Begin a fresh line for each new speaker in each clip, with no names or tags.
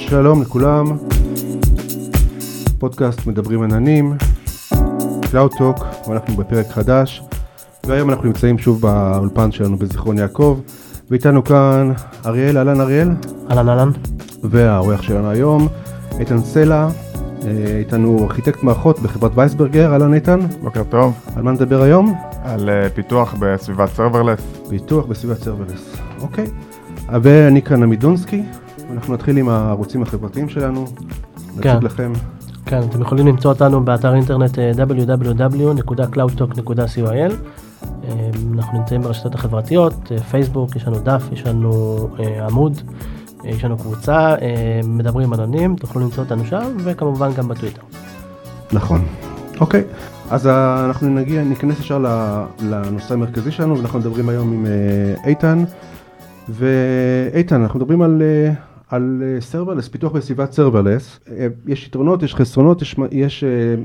שלום לכולם, פודקאסט מדברים עננים, CloudTalk, ואנחנו בפרק חדש, והיום אנחנו נמצאים שוב באולפן שלנו בזיכרון יעקב, ואיתנו כאן אריאל, אהלן אריאל.
אהלן.
והאורח שלנו היום, איתן סלע, איתנו ארכיטקט מערכות בחברת וייסברגר, אהלן איתן.
בוקר טוב.
על מה נדבר היום?
על פיתוח בסביבת סרברלס.
פיתוח בסביבת סרברלס, אוקיי. ואני כאן עמית דונסקי, ואנחנו נתחיל עם הערוצים החברתיים שלנו. נציג לכם.
כן, אתם יכולים למצוא אותנו באתר אינטרנט www.cloudtalk.coil. אנחנו נמצאים ברשתות החברתיות, פייסבוק, יש לנו דף, יש לנו עמוד, יש לנו קבוצה, מדברים אנונים, תוכלו למצוא אותנו שם, וכמובן גם בטוויטר.
נכון. אוקיי, אז אנחנו ניכנס ישר לנושא המרכזי שלנו, ואנחנו מדברים היום עם איתן. ואיתן, אנחנו מדברים על סרברלס, פיתוח בסביבת סרברלס. יש יתרונות, יש חסרונות, יש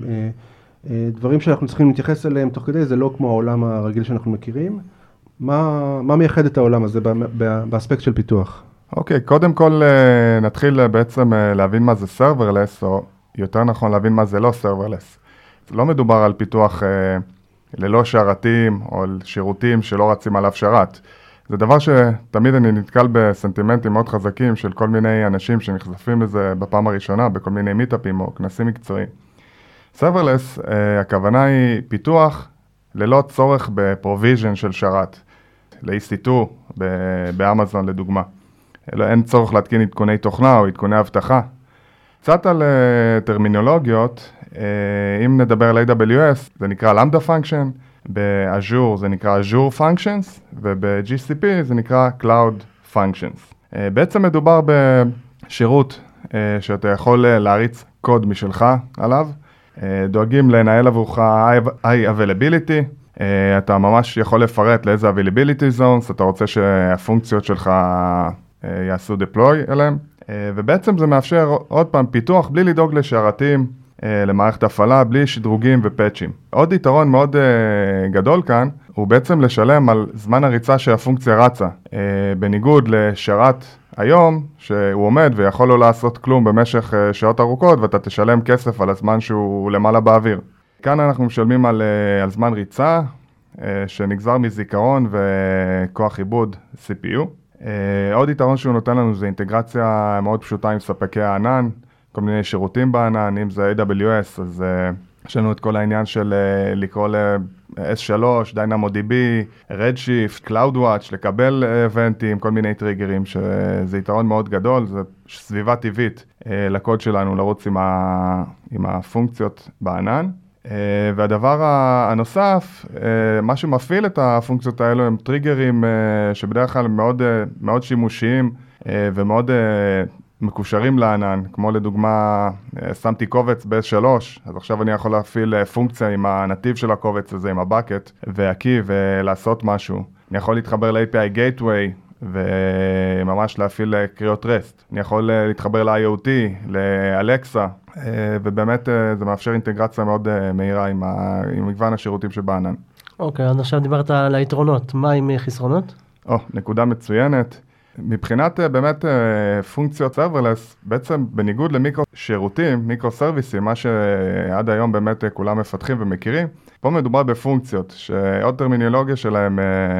דברים שאנחנו צריכים להתייחס אליהם תוך כדי, זה לא כמו העולם הרגיל שאנחנו מכירים. מה מייחד את העולם הזה באספקט של פיתוח?
אוקיי, קודם כל נתחיל בעצם להבין מה זה סרברלס, או יותר נכון להבין מה זה לא סרברלס. לא מדובר על פיתוח ללא שרתים או על שירותים שלא רצים עליו שרת. זה דבר שתמיד אני נתקל בסנטימנטים מאוד חזקים של כל מיני אנשים שנחשפים לזה בפעם הראשונה, בכל מיני מיטאפים או כנסים מקצועיים. סרברלס, הכוונה היא פיתוח ללא צורך בפרוביז'ן של שרת. ל-EC2 באמזון לדוגמה. אין צורך להתקין עדכוני תוכנה או עדכוני אבטחה. קצת על טרמינולוגיות, אם נדבר על AWS, זה נקרא Lambda Function, באז'ור זה נקרא Azure Functions, וב-GCP זה נקרא Cloud Functions. בעצם מדובר בשירות שאתה יכול להריץ קוד משלך עליו, דואגים לנהל עבורך high availability, אתה ממש יכול לפרט לאיזה availability zones, אתה רוצה שהפונקציות שלך יעשו deploy אליהם, ובעצם זה מאפשר עוד פעם פיתוח בלי לדאוג לשרתים, למערכת הפעלה, בלי שדרוגים ופאצ'ים. עוד יתרון מאוד גדול כאן, הוא בעצם לשלם על זמן הריצה שהפונקציה רצה. בניגוד לשרת היום, שהוא עומד ויכול לא לעשות כלום במשך שעות ארוכות, ואתה תשלם כסף על הזמן שהוא למעלה באוויר. כאן אנחנו משלמים על זמן ריצה, שנגזר מזיכרון וכוח עיבוד CPU. עוד יתרון שהוא נותן לנו זה אינטגרציה מאוד פשוטה עם ספקי הענן, כל מיני שירותים בענן, אם זה AWS, אז יש לנו את כל העניין של לקרוא ל-S3, DynamoDB, Redshift, CloudWatch, לקבל איבנטים, כל מיני טריגרים, שזה יתרון מאוד גדול, זה סביבה טבעית לקוד שלנו לרוץ עם הפונקציות בענן. והדבר הנוסף, מה שמפעיל את הפונקציות האלו הם טריגרים שבדרך כלל מאוד, מאוד שימושיים ומאוד מקושרים לענן, כמו לדוגמה, שמתי קובץ ב-S3, אז עכשיו אני יכול להפעיל פונקציה עם הנתיב של הקובץ הזה, עם הבקט, והקי ולעשות משהו. אני יכול להתחבר ל-API Gateway, וממש להפעיל קריאות REST. אני יכול להתחבר ל-IoT, לאלקסה, ובאמת זה מאפשר אינטגרציה מאוד מהירה עם מגוון השירותים שבענן.
אוקיי, אז עכשיו דיברת על היתרונות, מה עם חסרונות?
נקודה מצוינת. מבחינת באמת פונקציות סרברלס, בעצם בניגוד למיקרו שירותים, מיקרו סרוויסים, מה שעד היום באמת כולם מפתחים ומכירים, פה מדובר בפונקציות, שעוד טרמינולוגיה שלהם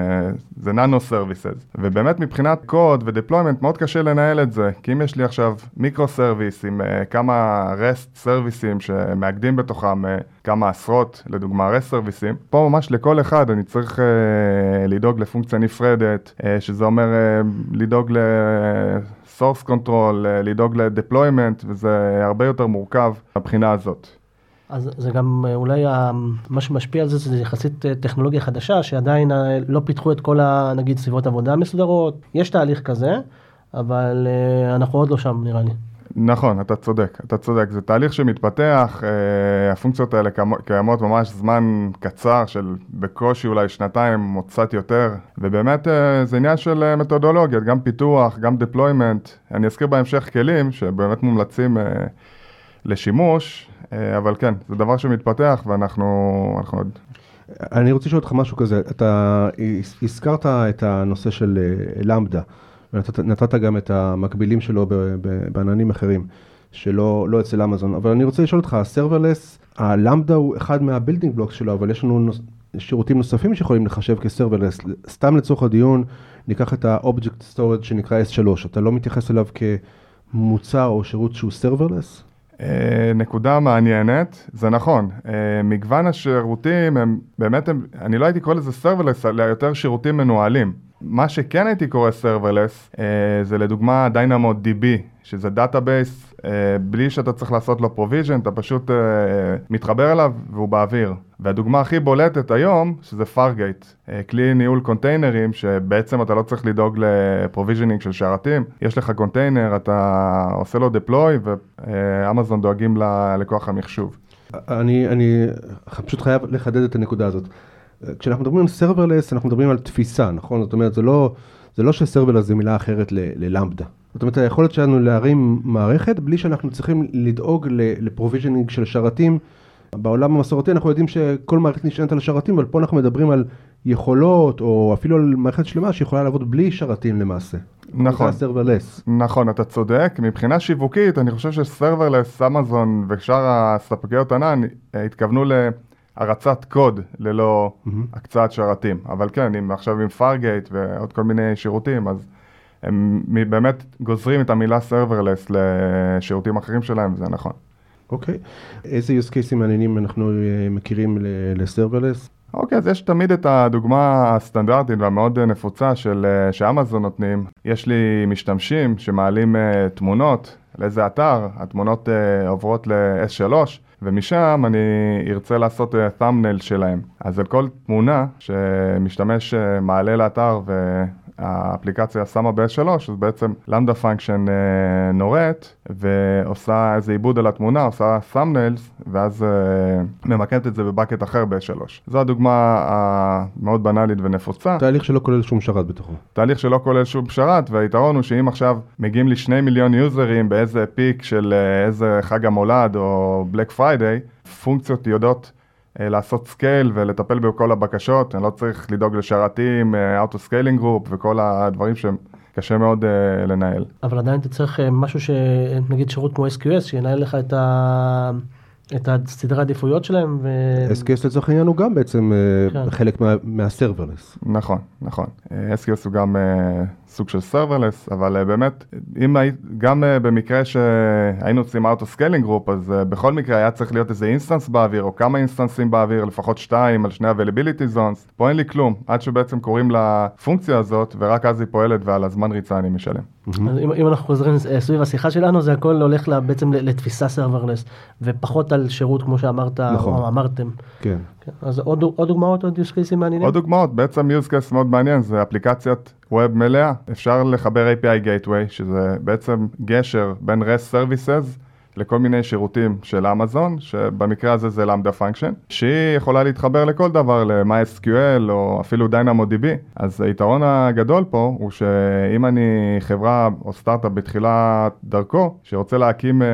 זה ננו סרוויסס. ובאמת מבחינת קוד ודפלוימנט מאוד קשה לנהל את זה, כי אם יש לי עכשיו מיקרו סרוויס עם כמה רסט סרוויסים שמאגדים בתוכם כמה עשרות, לדוגמה רסט סרוויסים, פה ממש לכל אחד אני צריך לדאוג לפונקציה נפרדת, שזה אומר לדאוג ל-source control, לדאוג ל-deployment, וזה הרבה יותר מורכב מבחינה הזאת.
אז זה גם אולי מה שמשפיע על זה, זה יחסית טכנולוגיה חדשה, שעדיין לא פיתחו את כל נגיד סביבות עבודה מסודרות. יש תהליך כזה, אבל אנחנו עוד לא שם נראה לי.
נכון, אתה צודק. זה תהליך שמתפתח, הפונקציות האלה קיימות ממש זמן קצר של בקושי אולי שנתיים או קצת יותר, ובאמת זה עניין של מתודולוגיות, גם פיתוח, גם deployment. אני אזכיר בהמשך כלים שבאמת מומלצים לשימוש, אבל כן, זה דבר שמתפתח ואנחנו עוד...
אני רוצה לשאול אותך משהו כזה, אתה הזכרת את הנושא של למדה, ונתת גם את המקבילים שלו בעננים אחרים, שלא אצל אמזון. אבל אני רוצה לשאול אותך, הסרברלס, הלמדה הוא אחד מהבילדינג בלוקס שלו, אבל יש לנו שירותים נוספים שיכולים לחשב כסרברלס. סתם לצורך הדיון, ניקח את ה-Object Storage שנקרא S3. אתה לא מתייחס אליו כמוצר או שירות שהוא סרברלס?
נקודה מעניינת, זה נכון. מגוון השירותים, אני לא הייתי קורא לזה סרברלס, אלא יותר שירותים מנוהלים. מה שכן הייתי קורא סרברלס, זה לדוגמה DynamoDB, שזה דאטאבייס, בלי שאתה צריך לעשות לו פרוביז'ן, אתה פשוט מתחבר אליו והוא באוויר. והדוגמה הכי בולטת היום, שזה Fargate, כלי ניהול קונטיינרים, שבעצם אתה לא צריך לדאוג לפרוביז'נינג של שרתים. יש לך קונטיינר, אתה עושה לו deploy, ואמזון דואגים לכוח המחשוב.
אני פשוט חייב לחדד את הנקודה הזאת. כשאנחנו מדברים על סרברלס, אנחנו מדברים על תפיסה, נכון? זאת אומרת, זה לא שסרברלס זה מילה אחרת ללמבדה. זאת אומרת, היכולת שלנו להרים מערכת, בלי שאנחנו צריכים לדאוג לפרוביז'נינג של שרתים. בעולם המסורתי אנחנו יודעים שכל מערכת נשענת על שרתים, אבל פה אנחנו מדברים על יכולות, או אפילו על מערכת שלמה שיכולה לעבוד בלי שרתים למעשה.
נכון.
זה הסרברלס.
נכון, אתה צודק. מבחינה שיווקית, אני חושב שסרברלס, אמזון ושאר הספקיות ענן התכוונו הרצת קוד ללא הקצאת שרתים. אבל כן, עכשיו עם Fargate ועוד כל מיני שירותים, אז הם באמת גוזרים את המילה סרברלס לשירותים אחרים שלהם, זה נכון.
אוקיי. איזה use cases מעניינים אנחנו מכירים לסרברלס?
אוקיי, אז יש תמיד את הדוגמה הסטנדרטית והמאוד נפוצה שאמזון נותנים. יש לי משתמשים שמעלים תמונות לאיזה אתר, התמונות עוברות ל-S3, ומשם אני ארצה לעשות thumbnail שלהם. אז על כל תמונה שמשתמש מעלה לאתר והאפליקציה שמה ב-S3, אז בעצם למדה פונקשן נוראת ועושה איזה עיבוד על התמונה, עושה thumbnails, ואז ממקמת את זה בבקט אחר ב-S3. זו הדוגמה המאוד בנאלית ונפוצה.
תהליך שלא כולל שום שרת בתוכו.
תהליך שלא כולל שום שרת, והיתרון הוא שאם עכשיו מגיעים לי 2 מיליון יוזרים באיזה פיק של איזה חג המולד או בלק פריידיי, פונקציות יודעות לעשות סקייל ולטפל בכל הבקשות, אני לא צריך לדאוג לשרתים, אוטו-סקיילינג גרופ וכל הדברים שהם קשה מאוד לנהל.
אבל עדיין אתה צריך משהו שנגיד שירות כמו SQS, שינהל לך את הסדרי העדיפויות שלהם.
SQS לצורך העניין הוא גם בעצם חלק מהסרברלס.
נכון, נכון. SQS הוא גם סוג של סרברלס, אבל באמת, גם במקרה שהיינו עושים אוטו-סקיילינג גרופ, אז בכל מקרה היה צריך להיות איזה אינסטנס באוויר, או כמה אינסטנסים באוויר, לפחות 2 על שני availability zones. פה אין לי כלום, עד שבעצם קוראים לפונקציה הזאת, ורק אז היא פועלת ועל הזמן ריצה אני משלם.
אם אנחנו חוזרים סביב השיחה שלנו, זה הכל הולך בעצם לתפיסה סרברלס, ופחות על שירות כמו שאמרת, או אמרתם.
כן.
אז עוד דוגמאות, עוד use cases מעניינים?
עוד דוגמאות, בעצם use case מאוד מעניין, זה אפליקציית ווב מלאה. אפשר לחבר API Gateway, שזה בעצם גשר בין REST Services לכל מיני שירותים של אמזון, שבמקרה הזה זה Lambda Function, שהיא יכולה להתחבר לכל דבר, ל-MySQL או אפילו DynamoDB. אז היתרון הגדול פה הוא שאם אני חברה או סטארט-אפ בתחילת דרכו, שרוצה להקים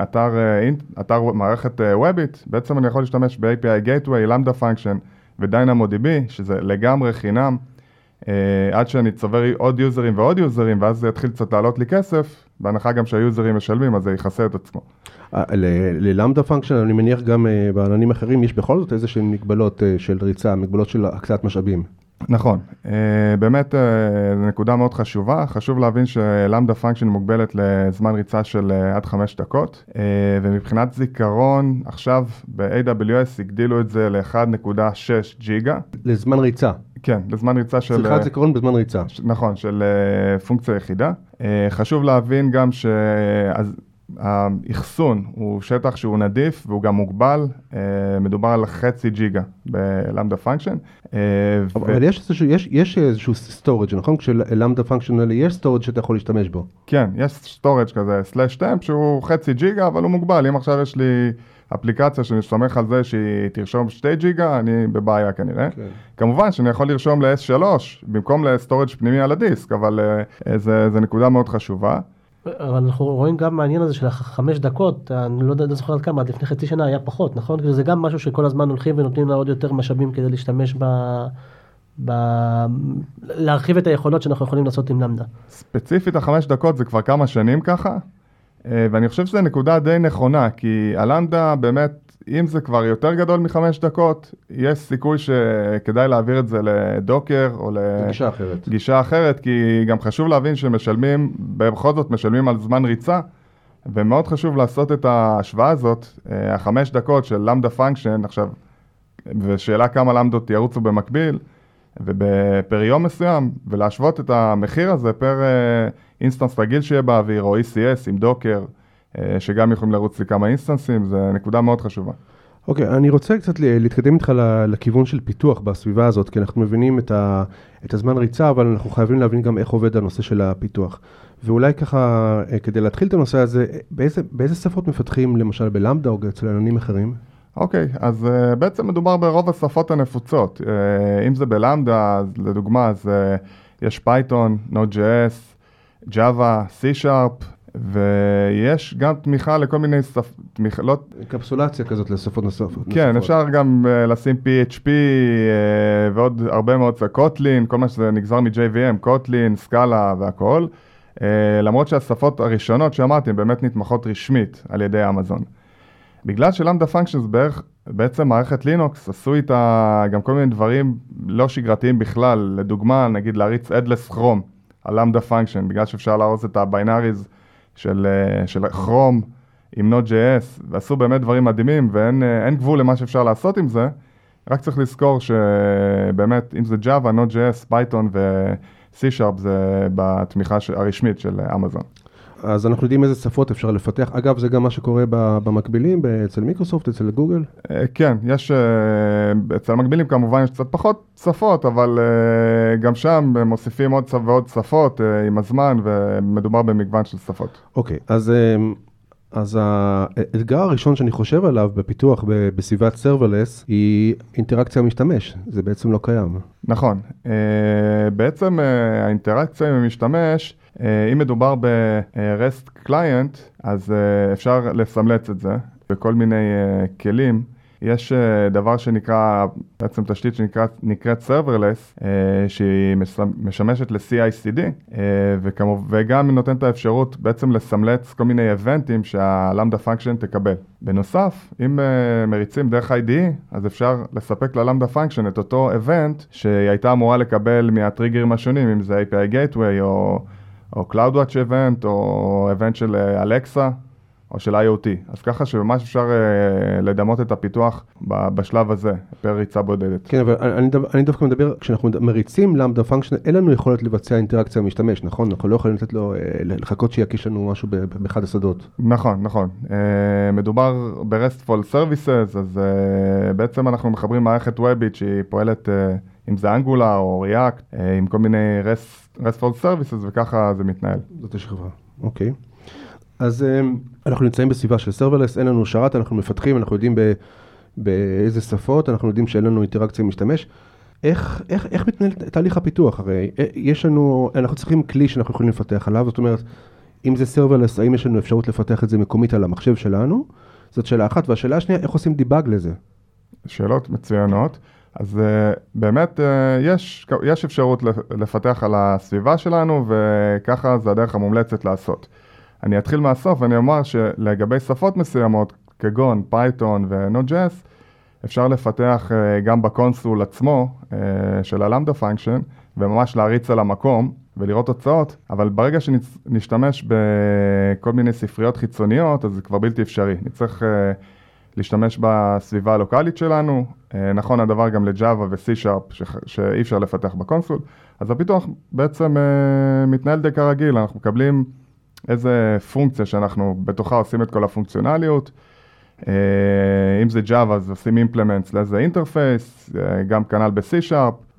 אתר מערכת וובית, בעצם אני יכול להשתמש ב-API Gateway, Lambda Function ו-DynamoDB, שזה לגמרי חינם, עד שאני צובר עוד יוזרים ועוד יוזרים, ואז זה יתחיל קצת לעלות לי כסף, בהנחה גם שהיוזרים משלמים, אז זה יכסה את עצמו.
ללמדה פונקשן, אני מניח גם בעננים אחרים, יש בכל זאת איזושהי מגבלות של ריצה, מגבלות של הקצאת משאבים.
נכון, באמת זו נקודה מאוד חשובה, חשוב להבין שלמדה פונקשן מוגבלת לזמן ריצה של עד 5 דקות, ומבחינת זיכרון, עכשיו ב-AWS הגדילו את זה ל-1.6 ג'יגה.
לזמן ריצה.
כן, לזמן ריצה של...
צריכת זיכרון בזמן ריצה.
נכון, של פונקציה יחידה. חשוב להבין גם שהאחסון הוא שטח שהוא נדיף והוא גם מוגבל, מדובר על 0.5 ג'יגה בלמדה פונקשן.
אבל יש איזשהו storage, נכון? כשלמדה פונקשן יש storage שאתה יכול להשתמש בו.
כן, יש storage כזה, /temp שהוא 0.5 ג'יגה, אבל הוא מוגבל. אם עכשיו יש לי אפליקציה שאני אסתמך על זה שהיא תרשום 2 ג'יגה, אני בבעיה כנראה. Okay. כמובן שאני יכול לרשום ל-S3 במקום לסטורג' פנימי על הדיסק, אבל זה נקודה מאוד חשובה.
אבל אנחנו רואים גם מעניין הזה של 5 דקות, אני לא זוכר עד כמה, עד לפני חצי שנה היה פחות, נכון? זה גם משהו שכל הזמן הולכים ונותנים לה עוד יותר משאבים כדי להשתמש להרחיב את היכולות שאנחנו יכולים לעשות עם למדה.
ספציפית 5 דקות זה כבר כמה שנים ככה, ואני חושב שזו נקודה די נכונה, כי הלמדה באמת, אם זה כבר יותר גדול מ5 דקות, יש סיכוי שכדאי להעביר את זה לדוקר או לגישה אחרת, כי גם חשוב להבין שמשלמים, בכל זאת משלמים על זמן ריצה, ומאוד חשוב לעשות את ההשוואה הזאת, 5 דקות של למדה פונקשן, עכשיו, ושאלה כמה למדות ירוצו במקביל, ובפר יום מסוים, ולהשוות את המחיר הזה פר אינסטנס רגיל שיהיה באוויר, או ECS עם דוקר, שגם יכולים לרוץ לי כמה אינסטנסים, זה נקודה מאוד חשובה.
אוקיי, אני רוצה קצת להתקדם איתך לכיוון של פיתוח בסביבה הזאת, כי אנחנו מבינים את הזמן ריצה, אבל אנחנו חייבים להבין גם איך עובד הנושא של הפיתוח. ואולי ככה, כדי להתחיל את הנושא הזה, באיזה שפות מפתחים, למשל בלמדה או אצל עננים אחרים?
אוקיי, אז בעצם מדובר ברוב השפות הנפוצות. אם זה בלמדה, לדוגמה, אז יש פייתון, Node.js, Java, C#, ויש גם תמיכה לכל מיני
קפסולציה כזאת לשפות נוספות.
כן, אפשר גם לשים PHP ועוד הרבה מאוד, קוטלין, כל מה שזה נגזר מ-JVM, קוטלין, סקאלה והכל, למרות שהשפות הראשונות שאמרתי, הן באמת נתמכות רשמית על ידי אמזון. בגלל שלמדה פונקשנס בעצם מערכת לינוקס, עשו איתה גם כל מיני דברים לא שגרתיים בכלל, לדוגמה, נגיד להריץ Headless Chrome על למדה פונקשן, בגלל שאפשר להרוס את הבינאריז של Chrome עם Node.js, ועשו באמת דברים מדהימים, ואין גבול למה שאפשר לעשות עם זה, רק צריך לזכור שבאמת, אם זה Java, Node.js, Python ו-C# זה בתמיכה הרשמית של אמזון.
אז אנחנו יודעים איזה שפות אפשר לפתח. אגב, זה גם מה שקורה במקבילים, אצל מיקרוסופט, אצל גוגל?
כן, אצל המקבילים כמובן יש קצת פחות שפות, אבל גם שם מוסיפים עוד ועוד שפות עם הזמן, ומדובר במגוון של שפות.
אוקיי, אז האתגר הראשון שאני חושב עליו בפיתוח בסביבת serverless היא אינטראקציה משתמש. זה בעצם לא קיים.
נכון. בעצם האינטראקציה עם המשתמש, אם מדובר ב-REST Client, אז אפשר לסמלץ את זה בכל מיני כלים. יש דבר שנקרא, בעצם תשתית שנקראת Serverless, שהיא משמשת ל-CI/CD, וגם נותנת את האפשרות בעצם לסמלץ כל מיני איבנטים שהלמדה פונקשן תקבל. בנוסף, אם מריצים דרך IDE, אז אפשר לספק ללמדה פונקשן את אותו איבנט שהיא הייתה אמורה לקבל מהטריגרים השונים, אם זה API Gateway או CloudWatch Event או איבנט של Alexa, או של IoT. אז ככה שממש אפשר לדמות את הפיתוח בשלב הזה, פר ריצה בודדת.
כן, אבל אני דווקא מדבר, כשאנחנו מריצים למדה פונקשן, אין לנו יכולת לבצע אינטראקציה משתמש, נכון? אנחנו לא יכולים לתת לו, לחכות שיקיש לנו משהו באחד השדות.
נכון. מדובר ב-RESTful Services, אז בעצם אנחנו מחברים מערכת וובית שהיא פועלת, אם זה Angular או React, עם כל מיני RESTful Services, וככה זה מתנהל.
זאת השכבה, אוקיי. אז אנחנו נמצאים בסביבה של serverless, אין לנו שרת, אנחנו מפתחים, אנחנו יודעים באיזה שפות, אנחנו יודעים שאין לנו אינטראקציה משתמש. איך מתנהל תהליך הפיתוח? הרי אנחנו צריכים כלי שאנחנו יכולים לפתח עליו, זאת אומרת, אם זה serverless, האם יש לנו אפשרות לפתח את זה מקומית על המחשב שלנו? זאת שאלה אחת, והשאלה השנייה, איך עושים דיבאג לזה?
שאלות מצוינות. אז באמת יש אפשרות לפתח על הסביבה שלנו, וככה זה הדרך המומלצת לעשות. אני אתחיל מהסוף ואני אומר שלגבי שפות מסוימות, כגון פייתון ו-Node.js, אפשר לפתח גם בקונסול עצמו של הלמדה פונקשן, וממש להריץ על המקום ולראות תוצאות, אבל ברגע שנשתמש בכל מיני ספריות חיצוניות, אז זה כבר בלתי אפשרי. נצטרך להשתמש בסביבה הלוקלית שלנו, נכון הדבר גם ל-Java ו-C# שאי אפשר לפתח בקונסול, אז הפיתוח בעצם מתנהל די כרגיל, אנחנו מקבלים איזה פונקציה שאנחנו בתוכה עושים את כל הפונקציונליות, אם זה Java אז עושים implements לאיזה אינטרפייס, גם כנ"ל ב-C#,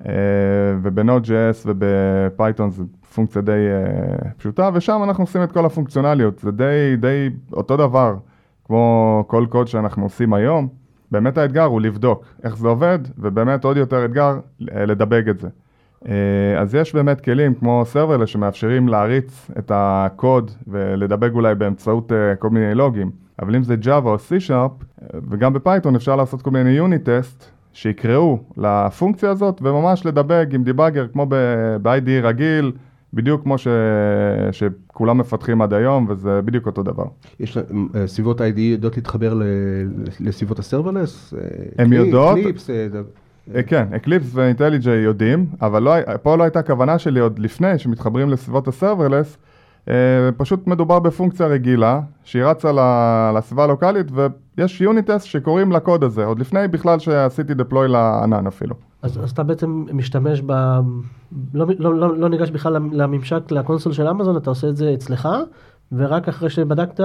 וב-Node.js וב-Python זה פונקציה די פשוטה, ושם אנחנו עושים את כל הפונקציונליות, זה די אותו דבר, כמו כל קוד שאנחנו עושים היום. באמת האתגר הוא לבדוק איך זה עובד, ובאמת עוד יותר אתגר לדבג את זה. אז יש באמת כלים כמו Serverless שמאפשרים להריץ את הקוד ולדבג אולי באמצעות כל מיני לוגים. אבל אם זה Java או C#, וגם בפייתון אפשר לעשות כל מיני Unit Test שיקראו לפונקציה הזאת, וממש לדבק עם דיבאגר כמו ב-IDE רגיל, בדיוק כמו שכולם מפתחים עד היום, וזה בדיוק אותו דבר.
יש סביבות IDE יודעות להתחבר לסביבות הסרברלס?
הם יודעות.
אקליפס?
כן, אקליפס ואינטליג'י יודעים, אבל פה לא הייתה כוונה שלי עוד לפני שמתחברים לסביבות הסרברלס, פשוט מדובר בפונקציה רגילה, שהיא רצה לסביבה הלוקלית, ויש יוניט טסט שקוראים לקוד הזה, עוד לפני בכלל שעשיתי דפלוי לענן אפילו.
אז אתה בעצם משתמש לא ניגש בכלל לממשק, לקונסול של אמזון, אתה עושה את זה אצלך, ורק אחרי שבדקת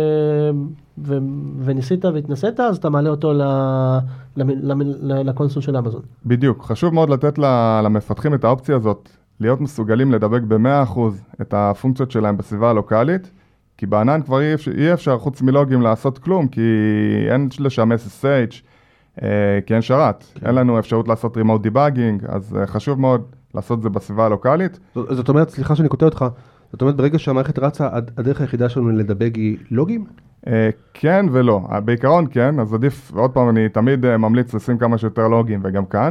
וניסית והתנסית, אז אתה מעלה אותו לקונסול של אמזון.
בדיוק, חשוב מאוד לתת למפתחים את האופציה הזאת, להיות מסוגלים לדבק ב-100% את הפונקציות שלהם בסביבה הלוקלית, כי בענן כבר אי אפשר חוץ מלוגים לעשות כלום, כי אין לשם SSH, כי אין שרת. כן. אין לנו אפשרות לעשות remote debugging, אז חשוב מאוד לעשות זה בסביבה הלוקלית.
זאת אומרת, סליחה שאני כותב אותך, זאת אומרת, ברגע שהמערכת רצה, הדרך היחידה שלנו לדבג היא לוגים?
כן ולא. בעיקרון כן, אז עדיף, עוד פעם, אני תמיד ממליץ לשים כמה שיותר לוגים, וגם כאן.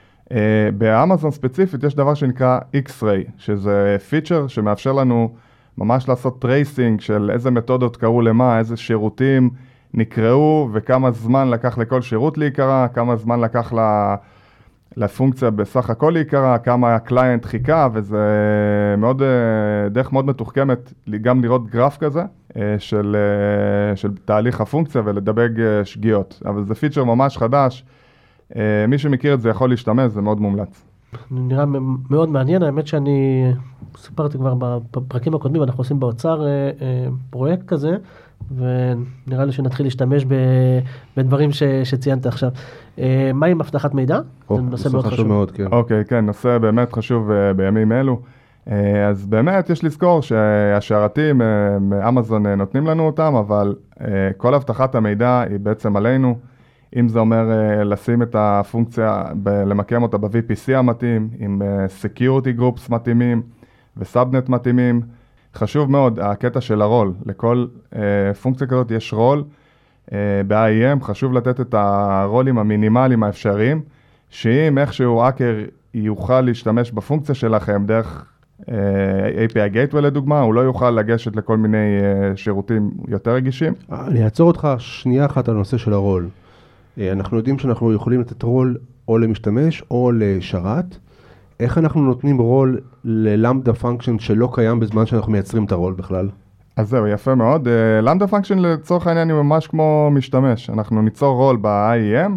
באמזון ספציפית יש דבר שנקרא X-Ray, שזה פיצ'ר שמאפשר לנו ממש לעשות טרייסינג של איזה מתודות קראו למה, איזה שירותים נקראו, וכמה זמן לקח לכל שירות להיקרא, כמה זמן לקח לפונקציה בסך הכל להיקרא, כמה הקליינט חיכה, וזה מאוד, דרך מאוד מתוחכמת גם לראות גרף כזה של תהליך הפונקציה ולדבג שגיאות. אבל זה פיצ'ר ממש חדש, מי שמכיר את זה יכול להשתמש, זה מאוד מומלץ.
נראה מאוד מעניין, האמת שאני סיפרתי כבר בפרקים הקודמים, אנחנו עושים באוצר פרויקט כזה, ונראה לי שנתחיל להשתמש בדברים שציינת עכשיו. מה עם אבטחת מידע?
זה נושא מאוד חשוב מאוד, כן.
אוקיי, כן, נושא באמת חשוב בימים אלו. אז באמת יש לזכור שהשרתים מאמזון נותנים לנו אותם, אבל כל אבטחת המידע היא בעצם עלינו, אם זה אומר לשים את הפונקציה, למקם אותה ב-VPC המתאים, עם security groups מתאימים וסאבנט מתאימים. חשוב מאוד, הקטע של הרול, לכל פונקציה כזאת יש רול, ב-IEM חשוב לתת את הרולים המינימליים האפשריים, שאם איכשהו האקר יוכל להשתמש בפונקציה שלכם דרך API Gateway לדוגמה, הוא לא יוכל לגשת לכל מיני שירותים יותר רגישים.
אני אעצור אותך שנייה אחת על הנושא של הרול. אנחנו יודעים שאנחנו יכולים לתת רול או למשתמש או לשרת. איך אנחנו נותנים רול ללמדה פונקשן שלא קיים בזמן שאנחנו מייצרים את הרול בכלל?
אז זהו, יפה מאוד. למדה פונקשן לצורך העניין היא ממש כמו משתמש. אנחנו ניצור רול ב-IEM,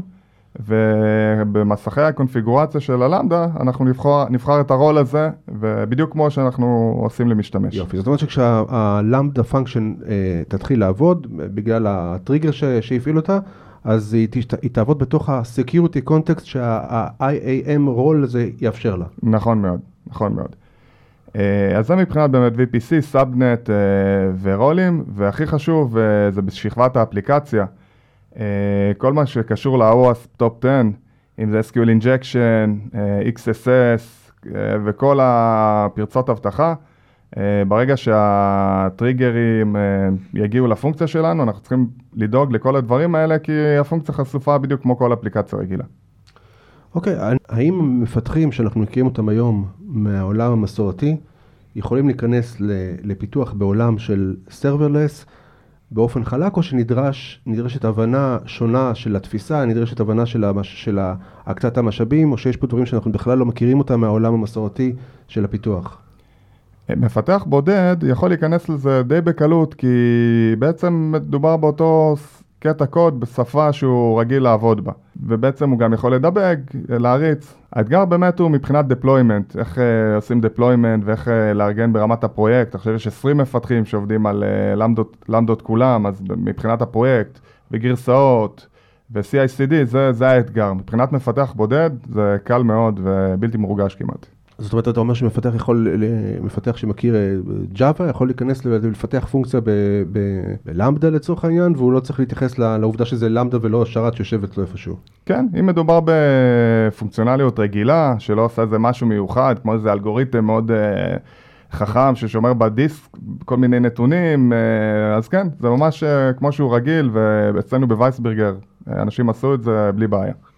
ובמסכי הקונפיגורציה של הלמדה, אנחנו נבחר את הרול הזה, ובדיוק כמו שאנחנו עושים למשתמש.
יופי, זאת אומרת שכשהלמדה פונקשן תתחיל לעבוד, בגלל הטריגר שהפעיל אותה, אז היא תעבוד בתוך ה-Security Context שה-IAM רול הזה יאפשר לה.
נכון מאוד, נכון מאוד. אז זה מבחינת באמת VPC, סאבנט ורולים, והכי חשוב זה בשכבת האפליקציה. כל מה שקשור ל-OWASP Top 10, אם זה SQL Injection, XSS וכל הפרצות אבטחה, ברגע שהטריגרים יגיעו לפונקציה שלנו, אנחנו צריכים לדאוג לכל הדברים האלה, כי הפונקציה חשופה בדיוק כמו כל אפליקציה רגילה.
אוקיי, האם מפתחים שאנחנו מכירים אותם היום מהעולם המסורתי, יכולים להיכנס לפיתוח בעולם של serverless באופן חלק, או שנדרשת הבנה שונה של התפיסה, נדרשת הבנה של הקצת המשאבים, או שיש פה דברים שאנחנו בכלל לא מכירים אותם מהעולם המסורתי של הפיתוח?
מפתח בודד יכול להיכנס לזה די בקלות, כי בעצם מדובר באותו קטע קוד בשפה שהוא רגיל לעבוד בה, ובעצם הוא גם יכול לדבג, להריץ. האתגר באמת הוא מבחינת deployment, איך עושים deployment ואיך לארגן ברמת הפרויקט. עכשיו יש 20 מפתחים שעובדים על למדות כולם, אז מבחינת הפרויקט וגרסאות ו-CI/CD זה האתגר. מבחינת מפתח בודד זה קל מאוד ובלתי מורגש כמעט.
זאת אומרת, אתה אומר מפתח שמכיר Java יכול להיכנס ולפתח פונקציה בלמדה לצורך העניין, והוא לא צריך להתייחס לעובדה שזה למדה ולא שרת שיושבת לו איפשהו.
כן, אם מדובר בפונקציונליות רגילה, שלא עושה איזה משהו מיוחד, כמו איזה אלגוריתם מאוד חכם ששומר בדיסק כל מיני נתונים, אז כן, זה ממש כמו שהוא רגיל, ואצלנו בווייסברגר אנשים עשו את זה בלי בעיה.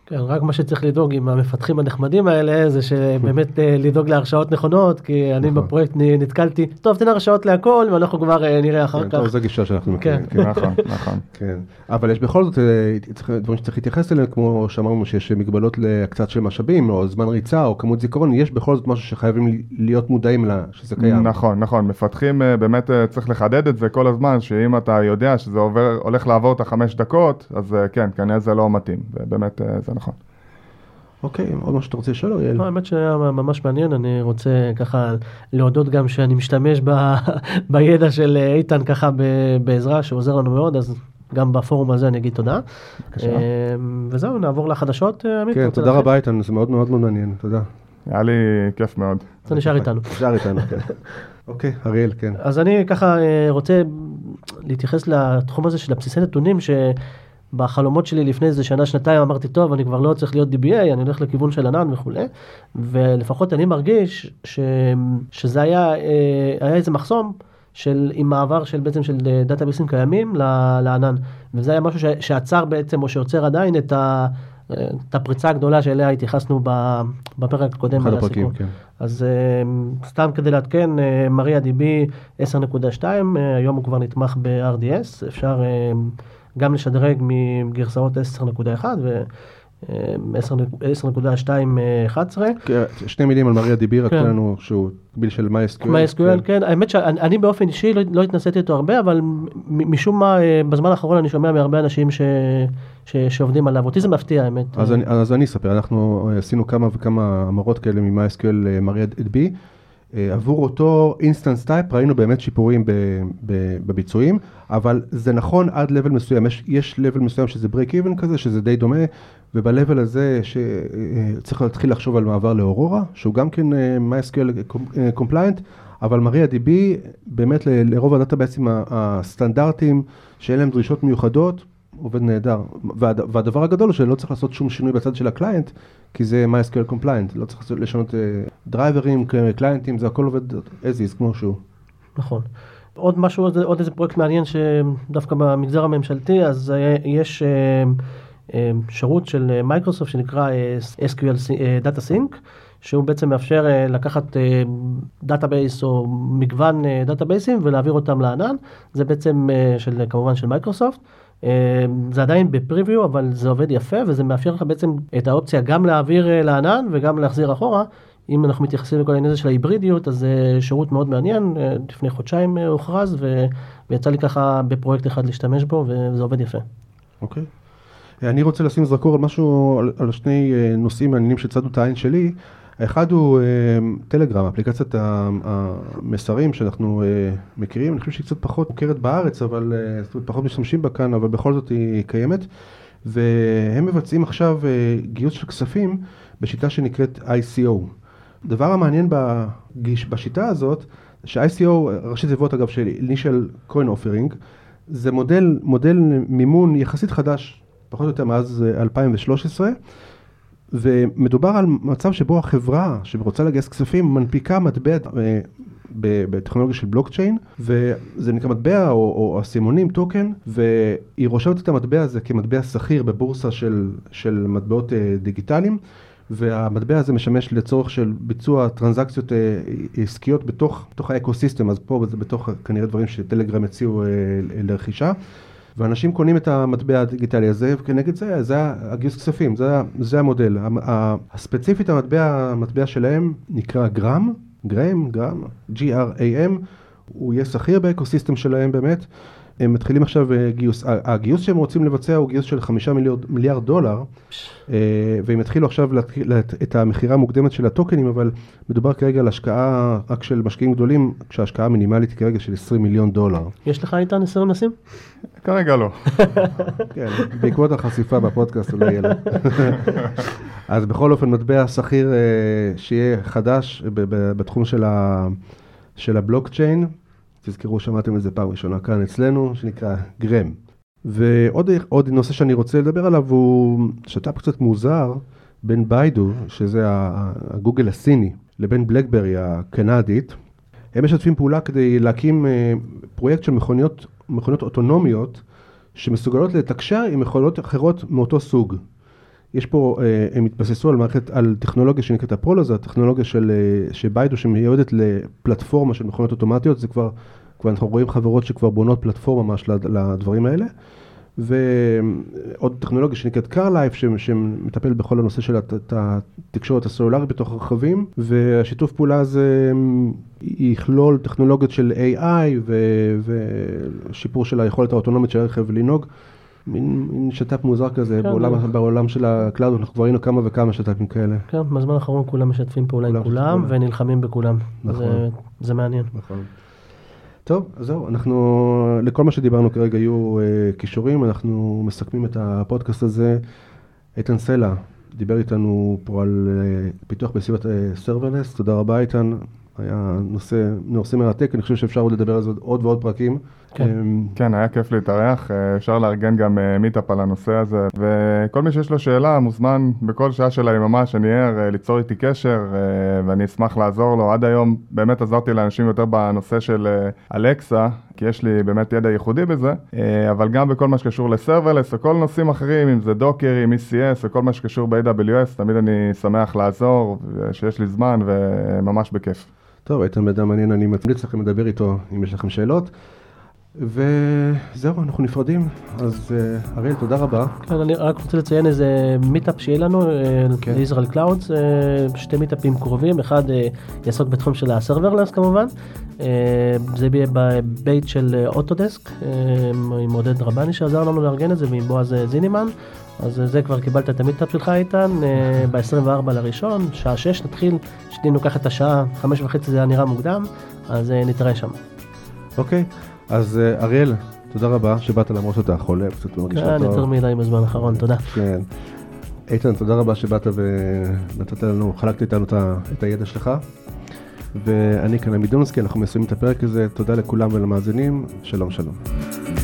כן, רק מה שצריך לדאוג עם המפתחים הנחמדים האלה, זה שבאמת לדאוג להרשאות נכונות, כי אני בפרויקט נתקלתי, טוב, תן הרשאות להכל, ואנחנו כבר נראה אחר כך.
טוב, זו גישה שאנחנו מכירים.
נכון.
כן, אבל יש בכל זאת דברים שצריך להתייחס אליהם, כמו שאמרנו שיש מגבלות להקצת של משאבים, או זמן ריצה, או כמות זיכרון, יש בכל זאת משהו שחייבים להיות מודעים לה, שזה קיים.
נכון, מפתחים באמת צריך לחדד את זה כל הזמן, שאם אתה יודע שזה הולך לעבור את 5 דקות, אז כן, כנראה זה לא מתאים, ובאמת זה נכון.
אוקיי, עוד מה שאתה רוצה לשאול, אריאל?
האמת שהיה ממש מעניין, אני רוצה ככה להודות גם שאני משתמש בידע של איתן ככה בעזרה, שעוזר לנו מאוד, אז גם בפורום הזה אני אגיד תודה. וזהו, נעבור לחדשות.
כן, תודה רבה איתן, זה מאוד מאוד מעניין, תודה.
היה לי כיף מאוד.
זה נשאר איתנו.
כן. אוקיי, אריאל, כן.
אז אני ככה רוצה להתייחס לתחום הזה של הבסיסי נתונים, בחלומות שלי לפני איזה שנה, שנתיים, אמרתי, טוב, אני כבר לא צריך להיות DBA, אני הולך לכיוון של ענן וכו'. ולפחות אני מרגיש שזה היה איזה מחסום עם מעבר של בעצם של דאטאבייסים קיימים לענן. וזה היה משהו שעצר בעצם, או שעוצר עדיין את הפריצה הגדולה שאליה התייחסנו בפרק הקודם.
אחד הפרקים, כן.
אז סתם כדי להתקן, MariaDB 10.2, היום הוא כבר נתמך ב-RDS, אפשר גם לשדרג מגרסאות 10.1 ו-10.2.11.
שני מילים על MariaDB, רק לנו שהוא קביל של MySQL.
MySQL, כן. האמת שאני באופן אישי לא התנסיתי אותו הרבה, אבל משום מה, בזמן האחרון אני שומע מהרבה אנשים שעובדים עליו. אותי זה מפתיע, האמת.
אז אני אספר, אנחנו עשינו כמה וכמה המרות כאלה מ-MySQL MariaDB. עבור אותו אינסטנס טייפ ראינו באמת שיפורים בביצועים, אבל זה נכון עד לבל מסוים, יש לבל מסוים שזה ברייק איבן כזה, שזה די דומה, ובלבל הזה שצריך להתחיל לחשוב על מעבר לאורורה, שהוא גם כן MySQL compliant, אבל MariaDB באמת לרוב הדאטאבייסים הסטנדרטיים שאין להם דרישות מיוחדות, עובד נהדר. והדבר הגדול הוא שלא צריך לעשות שום שינוי בצד של הקליינט, כי זה MySQL compliant, לא צריך לשנות דרייברים, קליינטים, זה הכל עובד as is, כמו שהוא.
נכון. עוד משהו, עוד איזה פרויקט מעניין שדווקא במגזר הממשלתי, אז יש שירות של מייקרוסופט שנקרא SQL Data Sync, שהוא בעצם מאפשר לקחת דאטאבייס או מגוון דאטאבייסים ולהעביר אותם לענן. זה בעצם כמובן של מייקרוסופט. זה עדיין בפריוויו, אבל זה עובד יפה, וזה מאפשר לך בעצם את האופציה גם להעביר לענן וגם להחזיר אחורה. אם אנחנו מתייחסים לכל העניין הזה של ההיברידיות, אז זה שירות מאוד מעניין. לפני חודשיים הוכרז, ויצא לי ככה בפרויקט אחד להשתמש בו, וזה עובד יפה.
אוקיי. אני רוצה לשים זרקור על משהו, על שני נושאים מעניינים שצדו את העין שלי. האחד הוא טלגרם, אפליקציית המסרים שאנחנו מכירים, אני חושב שהיא קצת פחות מוכרת בארץ, אבל פחות משתמשים בה כאן, אבל בכל זאת היא קיימת, והם מבצעים עכשיו גיוס של כספים בשיטה שנקראת ICO. דבר המעניין בשיטה הזאת, ש-ICO, ראשי תיבות אגב של Initial Coin Offering, זה מודל מימון יחסית חדש, פחות או יותר מאז 2013, ומדובר על מצב שבו החברה שרוצה לגייס כספים מנפיקה מטבע בטכנולוגיה של בלוקצ'יין, וזה נקרא מטבע או אסימונים, טוקן, והיא רושמת את המטבע הזה כמטבע שכיר בבורסה של מטבעות דיגיטליים, והמטבע הזה משמש לצורך של ביצוע טרנזקציות עסקיות בתוך האקוסיסטם, אז פה זה בתוך כנראה דברים שטלגרם הציעו לרכישה, ואנשים קונים את המטבע הדיגיטלי הזה, וכנגד זה הגיוס כספים, זה המודל. הספציפית המטבע שלהם נקרא גרם, GRAM, הוא יהיה שכיר באקוסיסטם שלהם באמת. הם מתחילים עכשיו גיוס, הגיוס שהם רוצים לבצע הוא גיוס של $5 מיליארד, והם התחילו עכשיו את המחירה המוקדמת של הטוקנים, אבל מדובר כרגע על השקעה רק של משקיעים גדולים, כשההשקעה המינימלית היא כרגע של $20 מיליון.
יש לך איתן ניסיון לשים?
כרגע לא. כן,
בעקבות החשיפה בפודקאסט אולי יהיה לו. אז בכל אופן מטבע שכיר שיהיה חדש בתחום של הבלוקצ'יין, תזכרו, שמעתם את זה פעם ראשונה כאן אצלנו, שנקרא גרם. ועוד נושא שאני רוצה לדבר עליו הוא שת"פ קצת מוזר בין ביידו, שזה הגוגל הסיני, לבין בלקברי הקנדית. הם משתפים פעולה כדי להקים פרויקט של מכוניות אוטונומיות שמסוגלות לתקשר עם מכונות אחרות מאותו סוג. יש פה, הם התבססו על טכנולוגיה שנקראת הפרולו, זו הטכנולוגיה של ביידו שמיועדת לפלטפורמה של מכונות אוטומטיות, זה כבר אנחנו רואים חברות שכבר בונות פלטפורמה ממש לדברים האלה, ועוד טכנולוגיה שנקראת קארלייף, שמטפל בכל הנושא של התקשורת הסלולרית בתוך הרכבים, והשיתוף פעולה הזה יכלול טכנולוגיות של AI ושיפור של היכולת האוטונומית של הרכב לנהוג, מין שת"פ מוזר כזה, בעולם של הקלאוד, אנחנו כבר ראינו כמה וכמה שת"פים כאלה.
כן, בזמן האחרון כולם משתפים פעולה עם כולם, ונלחמים בכולם. זה מעניין.
נכון. טוב, אז זהו, אנחנו, לכל מה שדיברנו כרגע יהיו קישורים, אנחנו מסכמים את הפודקאסט הזה. איתן סלע דיבר איתנו פה על פיתוח בסביבת סרברלס, תודה רבה איתן, היה נושא מרתק, אני חושב שאפשר עוד לדבר על זה עוד ועוד פרקים.
כן, היה כיף להתארח, אפשר לארגן גם מיטאפ על הנושא הזה, וכל מי שיש לו שאלה מוזמן בכל שעה של היממה שאני ער ליצור איתי קשר, ואני אשמח לעזור לו. עד היום באמת עזרתי לאנשים יותר בנושא של אלקסה, כי יש לי באמת ידע ייחודי בזה, אבל גם בכל מה שקשור לסרברלס וכל נושאים אחרים, אם זה דוקרים, ECS וכל מה שקשור ב-AWS, תמיד אני שמח לעזור, שיש לי זמן וממש בכיף.
טוב, איתן בדם מעניין, אני ממליץ לכם לדבר איתו אם יש לכם שאלות. וזהו, אנחנו נפרדים. אז אריאל, תודה רבה.
כן, אני רק רוצה לציין איזה מיטאפ שיהיה לנו לישראל קלאודס, שתי מיטאפים קרובים, אחד יעסוק בתחום של הסרברלס כמובן, זה יהיה בבית של אוטודסק, עם עודד רבני שעזר לנו לארגן את זה, ועם בועז זינימן, אז זה כבר קיבלת את המיטאפ שלך איתן, ב-24 לראשון, שעה 6 נתחיל, שתינו ככה את השעה, 5:30 זה היה נראה מוקדם, אז נתראה שם.
אוקיי. אז אריאל, תודה רבה שבאת למרות שאתה חולה, קצת מרגיש
אותו. כן, יותר מידי בזמן האחרון, תודה.
כן. איתן, תודה רבה שבאת ונתת לנו, חלקת איתנו את הידע שלך. ואני כאן עמידונסקי, אנחנו מסיימים את הפרק הזה, תודה לכולם ולמאזינים, שלום שלום.